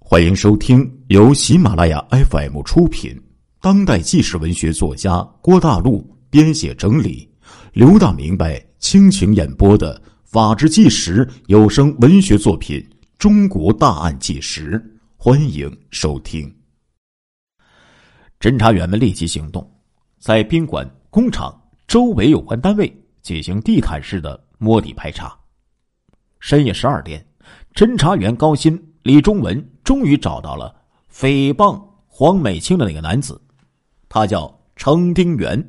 欢迎收听由喜马拉雅 FM 出品，当代纪实文学作家郭大陆编写整理，刘大明白倾情演播的法治纪实有声文学作品《中国大案纪实》，欢迎收听。侦查员们立即行动，在宾馆、工厂周围有关单位进行地毯式的摸底排查。深夜12点，侦查员高鑫、李忠文终于找到了诽谤黄美清的那个男子，他叫程丁元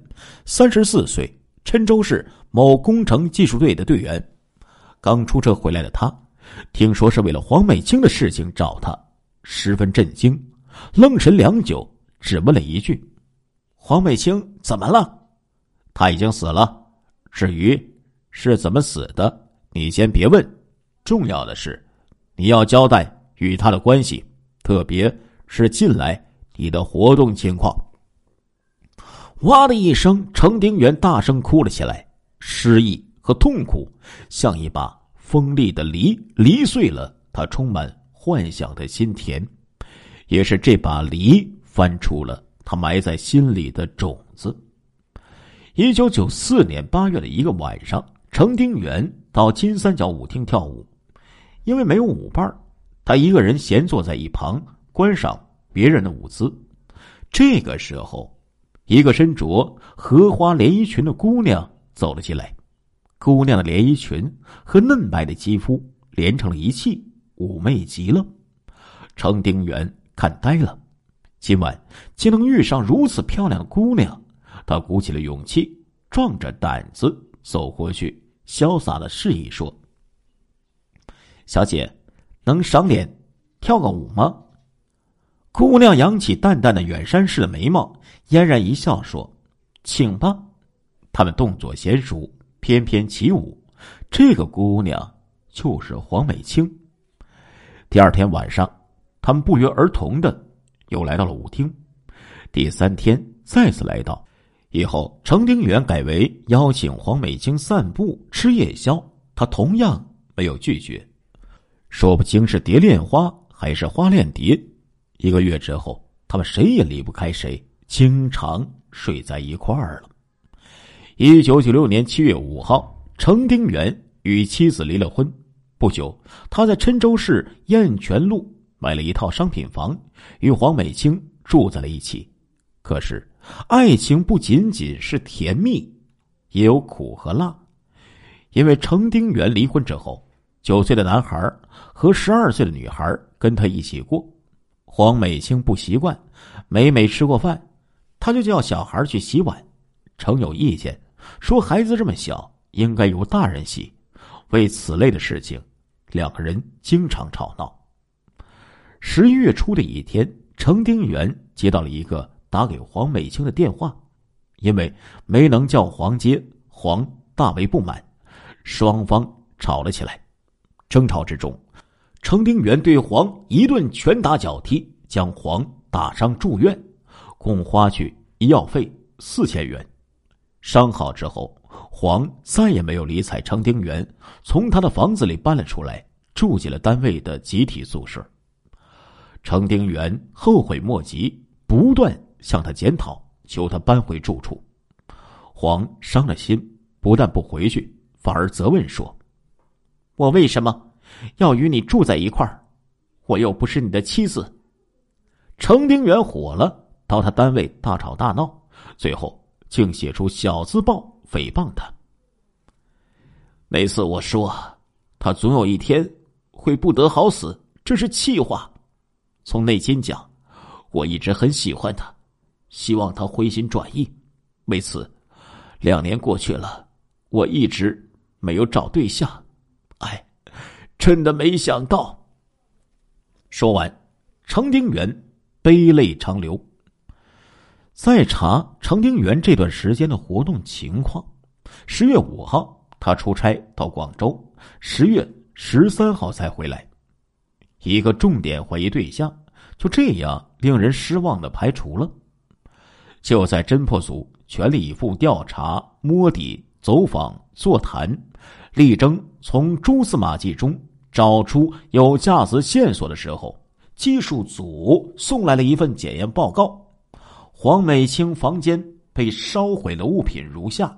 ，34岁，郴州市某工程技术队的队员。刚出车回来的他，听说是为了黄美清的事情找他，十分震惊，愣神良久，只问了一句：黄美清怎么了？他已经死了，至于是怎么死的，你先别问，重要的是你要交代与他的关系，特别是近来你的活动情况。哇的一声，程丁元大声哭了起来，失意和痛苦像一把锋利的梨碎了他充满幻想的心田，也是这把梨翻出了他埋在心里的种子。1994年8月的一个晚上，程丁元到金三角舞厅跳舞，因为没有舞伴，他一个人闲坐在一旁观赏别人的舞姿。这个时候，一个身着荷花连衣裙的姑娘走了进来，姑娘的连衣裙和嫩白的肌肤连成了一气，妩媚极了。程丁元看呆了，今晚竟能遇上如此漂亮的姑娘，他鼓起了勇气，壮着胆子走过去，潇洒的示意说：小姐，能赏脸跳个舞吗？姑娘扬起淡淡的远山式的眉毛，嫣然一笑说：请吧。他们动作娴熟，翩翩起舞。这个姑娘就是黄美清。第二天晚上，他们不约而同的又来到了舞厅。第三天再次来到，以后程丁元改为邀请黄美清散步吃夜宵，他同样没有拒绝。说不清是蝶恋花还是花恋蝶，1个月之后，他们谁也离不开谁，经常睡在一块儿了。1996年7月5号，程丁元与妻子离了婚。不久，他在郴州市燕泉路买了一套商品房，与黄美清住在了一起。可是爱情不仅仅是甜蜜，也有苦和辣。因为程丁元离婚之后，9岁的男孩和12岁的女孩跟他一起过。黄美清不习惯，每吃过饭，他就叫小孩去洗碗。程有意见，说孩子这么小，应该由大人洗。为此类的事情，两个人经常吵闹。11月初的一天，程丁元接到了一个打给黄美清的电话，因为没能叫黄接，黄大为不满，双方吵了起来。争吵之中，程丁元对黄一顿拳打脚踢，将黄打伤住院，共花去医药费4000元。伤好之后，黄再也没有理睬程丁元，从他的房子里搬了出来，住进了单位的集体宿舍。程丁元后悔莫及，不断向他检讨，求他搬回住处。黄伤了心，不但不回去，反而责问说：我为什么要与你住在一块儿？我又不是你的妻子。程丁元火了，到他单位大吵大闹，最后竟写出小字报诽谤他。每次我说他总有一天会不得好死，这是气话。从内心讲，我一直很喜欢他，希望他回心转意。为此2年过去了，我一直没有找对象。真的没想到。说完，程丁元悲泪长流。再查程丁元这段时间的活动情况，10月5号他出差到广州，10月13号才回来。一个重点怀疑对象就这样令人失望的排除了。就在侦破组全力以赴调查、摸底、走访、座谈，力争从蛛丝马迹中找出有价值线索的时候， 技术组送来了一份检验报告，黄美清房间被烧毁的物品如下：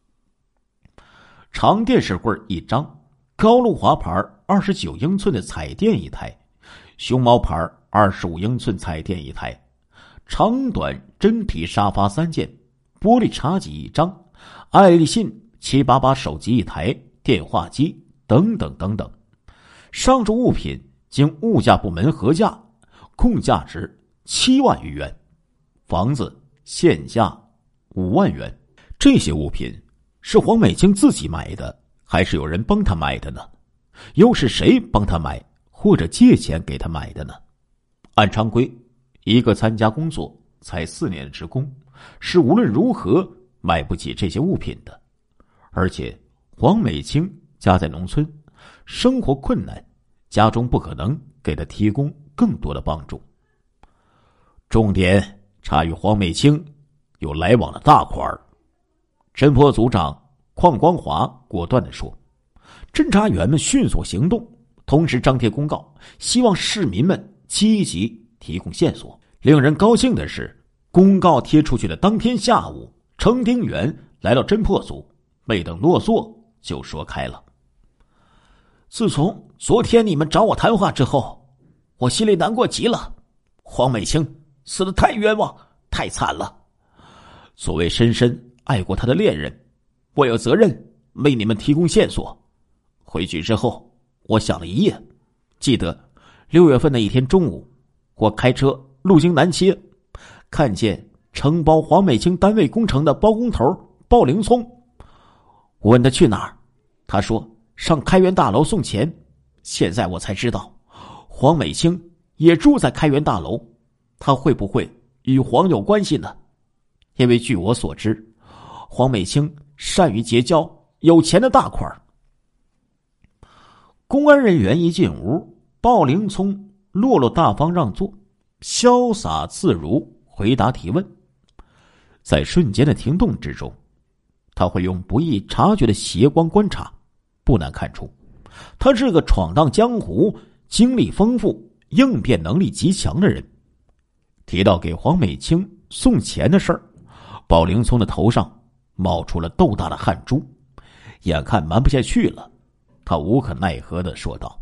长电视柜1张，高露华牌29英寸的彩电1台，熊猫牌25英寸彩电1台，长短真皮沙发3件，玻璃茶几1张，爱立信788手机1台，电话机等等等等。上述物品经物价部门核价，共价值7万余元，房子现价5万元。这些物品是黄美清自己买的，还是有人帮他买的呢？又是谁帮他买或者借钱给他买的呢？按常规，一个参加工作才4年的职工是无论如何买不起这些物品的。而且黄美清家在农村，生活困难，家中不可能给他提供更多的帮助。重点查与黄美清有来往的大款。侦破组长邝光华果断地说，侦查员们迅速行动，同时张贴公告，希望市民们积极提供线索。令人高兴的是，公告贴出去的当天下午，程丁元来到侦破组，没等落座就说开了。自从昨天你们找我谈话之后，我心里难过极了。黄美清死得太冤枉，太惨了。作为深深爱过他的恋人，我有责任为你们提供线索。回去之后，我想了一夜，记得6月份的一天中午，我开车路经南街，看见承包黄美清单位工程的包工头鲍灵聪。我问他去哪儿，他说上开元大楼送钱。现在我才知道，黄美清也住在开元大楼，他会不会与黄有关系呢？因为据我所知，黄美清善于结交有钱的大款。公安人员一进屋，鲍灵聪落落大方让座，潇洒自如回答提问。在瞬间的停顿之中，他会用不易察觉的斜光观察，不难看出他是个闯荡江湖、经历丰富、应变能力极强的人。提到给黄美清送钱的事儿，鲍灵聪的头上冒出了豆大的汗珠，眼看瞒不下去了，他无可奈何地说道：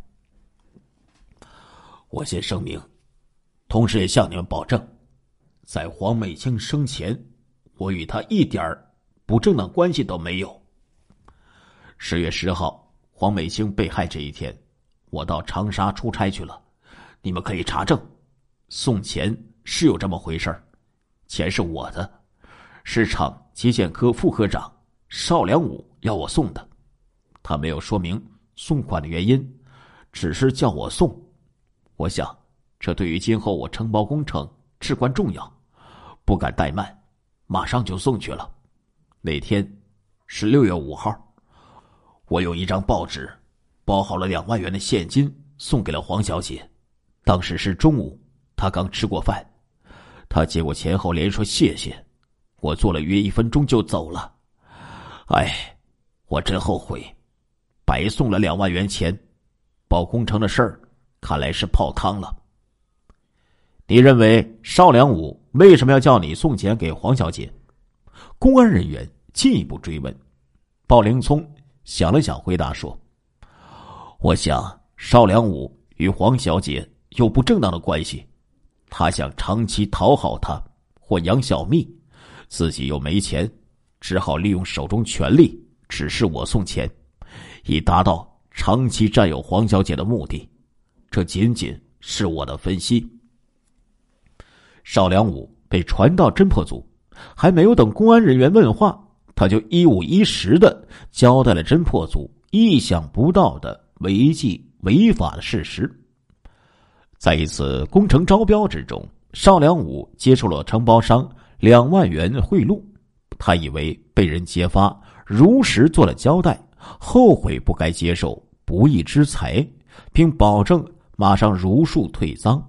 我先声明，同时也向你们保证，在黄美清生前，我与他一点不正当关系都没有。10月10号黄美清被害这一天，我到长沙出差去了，你们可以查证，送钱是有这么回事，钱是我的，市场基建科副科长邵良武要我送的，他没有说明送款的原因，只是叫我送。我想这对于今后我承包工程至关重要，不敢怠慢，马上就送去了。那天是6月5号，我用一张报纸包好了2万元的现金送给了黄小姐。当时是中午，她刚吃过饭，她接过钱后连说谢谢，我做了约1分钟就走了。哎，我真后悔，白送了2万元钱，包工程的事儿看来是泡汤了。你认为邵良武为什么要叫你送钱给黄小姐？公安人员进一步追问。鲍灵聪想了想回答说，我想邵良武与黄小姐有不正当的关系，他想长期讨好她或养小蜜，自己又没钱，只好利用手中权力指示我送钱，以达到长期占有黄小姐的目的。这仅仅是我的分析。邵良武被传到侦破组，还没有等公安人员问话，他就一五一十地交代了侦破组意想不到的违纪违法的事实。在一次工程招标之中，邵良武接受了承包商2万元贿赂，他以为被人揭发，如实做了交代，后悔不该接受不义之财，并保证马上如数退赃。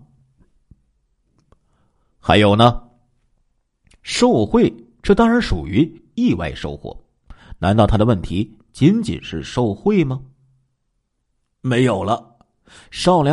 还有呢，受贿这当然属于意外收获，难道他的问题仅仅是受贿吗？没有了，邵良武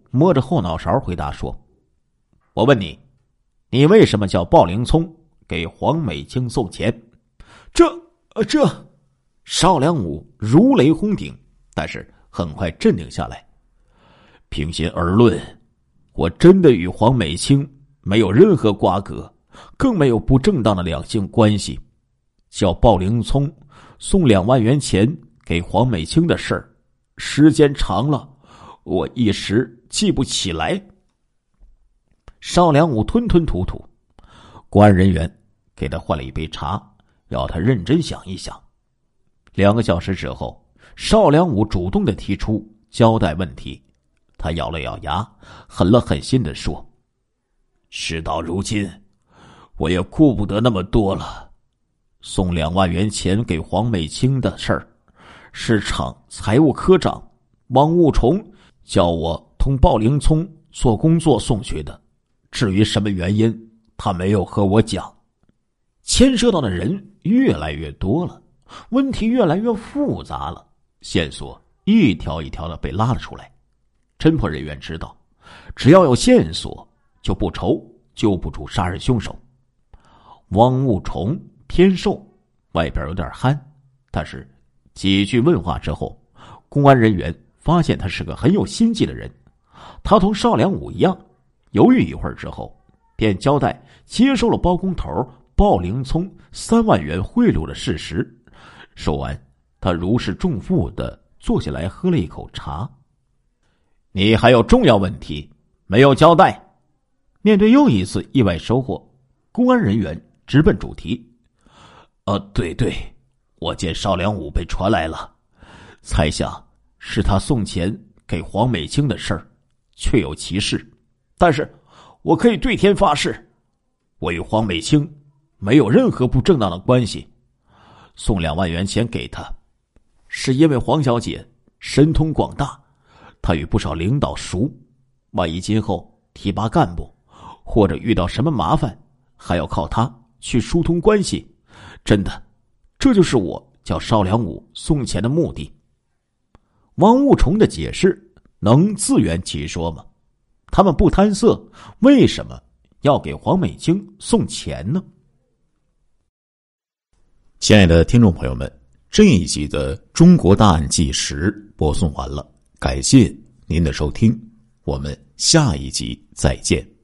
摸着后脑勺回答说：“我问你，你为什么叫鲍灵聪给黄美清送钱？”这邵良武如雷轰顶，但是很快镇定下来。平心而论，我真的与黄美清没有任何瓜葛，更没有不正当的两性关系。叫鲍灵聪送2万元钱给黄美清的事儿，时间长了，我一时记不起来。邵良武吞吞吐吐，公安人员给他换了一杯茶，要他认真想一想。2个小时之后，邵良武主动的提出交代问题。他咬了咬牙，狠了狠心的说：“事到如今，我也顾不得那么多了。送2万元钱给黄美清的事儿，是厂财务科长汪悟虫叫我同鲍灵聪做工作送去的。至于什么原因，他没有和我讲。”牵涉到的人越来越多了，问题越来越复杂了，线索一条一条的被拉了出来。侦破人员知道，只要有线索，就不愁揪不住杀人凶手。汪悟虫偏瘦，外表有点憨，但是几句问话之后，公安人员发现他是个很有心计的人。他同邵良武一样，犹豫一会儿之后，便交代接受了包工头鲍灵聪3万元贿赂的事实。说完，他如释重负地坐下来喝了一口茶。你还有重要问题没有交代？面对又一次意外收获，公安人员直奔主题。对，我见邵良武被传来了，猜想是他送钱给黄美清的事儿，确有其事。但是我可以对天发誓，我与黄美清没有任何不正当的关系。送2万元钱给他，是因为黄小姐神通广大，她与不少领导熟，万一今后提拔干部或者遇到什么麻烦，还要靠她去疏通关系。真的，这就是我叫邵良武送钱的目的。汪悟虫的解释能自圆其说吗？他们不贪色，为什么要给黄美清送钱呢？ 亲爱的听众朋友们，这一集的《中国大案纪实》播送完了，感谢您的收听，我们下一集再见。